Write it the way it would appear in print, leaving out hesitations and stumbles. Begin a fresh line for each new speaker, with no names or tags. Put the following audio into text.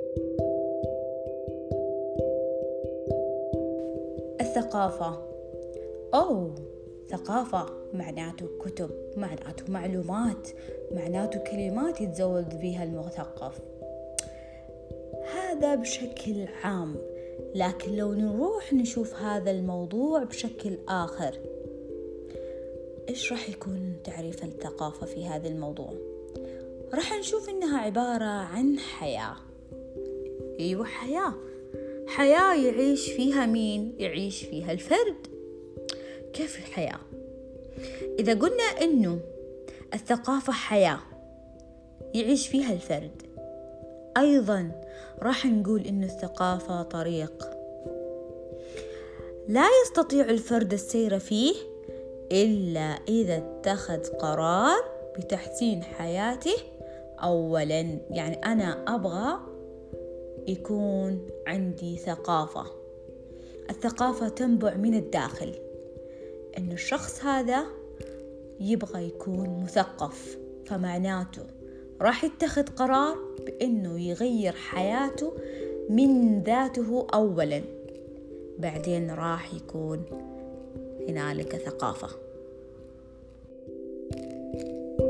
الثقافة. أوه، ثقافة معناته كتب، معناته معلومات، معناته كلمات يتزود بها المثقف. هذا بشكل عام، لكن لو نروح نشوف هذا الموضوع بشكل آخر، إيش راح يكون تعريف الثقافة في هذا الموضوع؟ راح نشوف إنها عبارة عن حياة. أيوة، حياة يعيش فيها مين؟ يعيش فيها الفرد. كيف الحياة؟ إذا قلنا إنه الثقافة حياة يعيش فيها الفرد، أيضا راح نقول إنه الثقافة طريق لا يستطيع الفرد السير فيه إلا إذا اتخذ قرار بتحسين حياته أولا. يعني أنا أبغى يكون عندي ثقافة. الثقافة تنبع من الداخل، إنه الشخص هذا يبغى يكون مثقف، فمعناته راح يتخذ قرار بإنه يغير حياته من ذاته أولا، بعدين راح يكون هنالك ثقافة.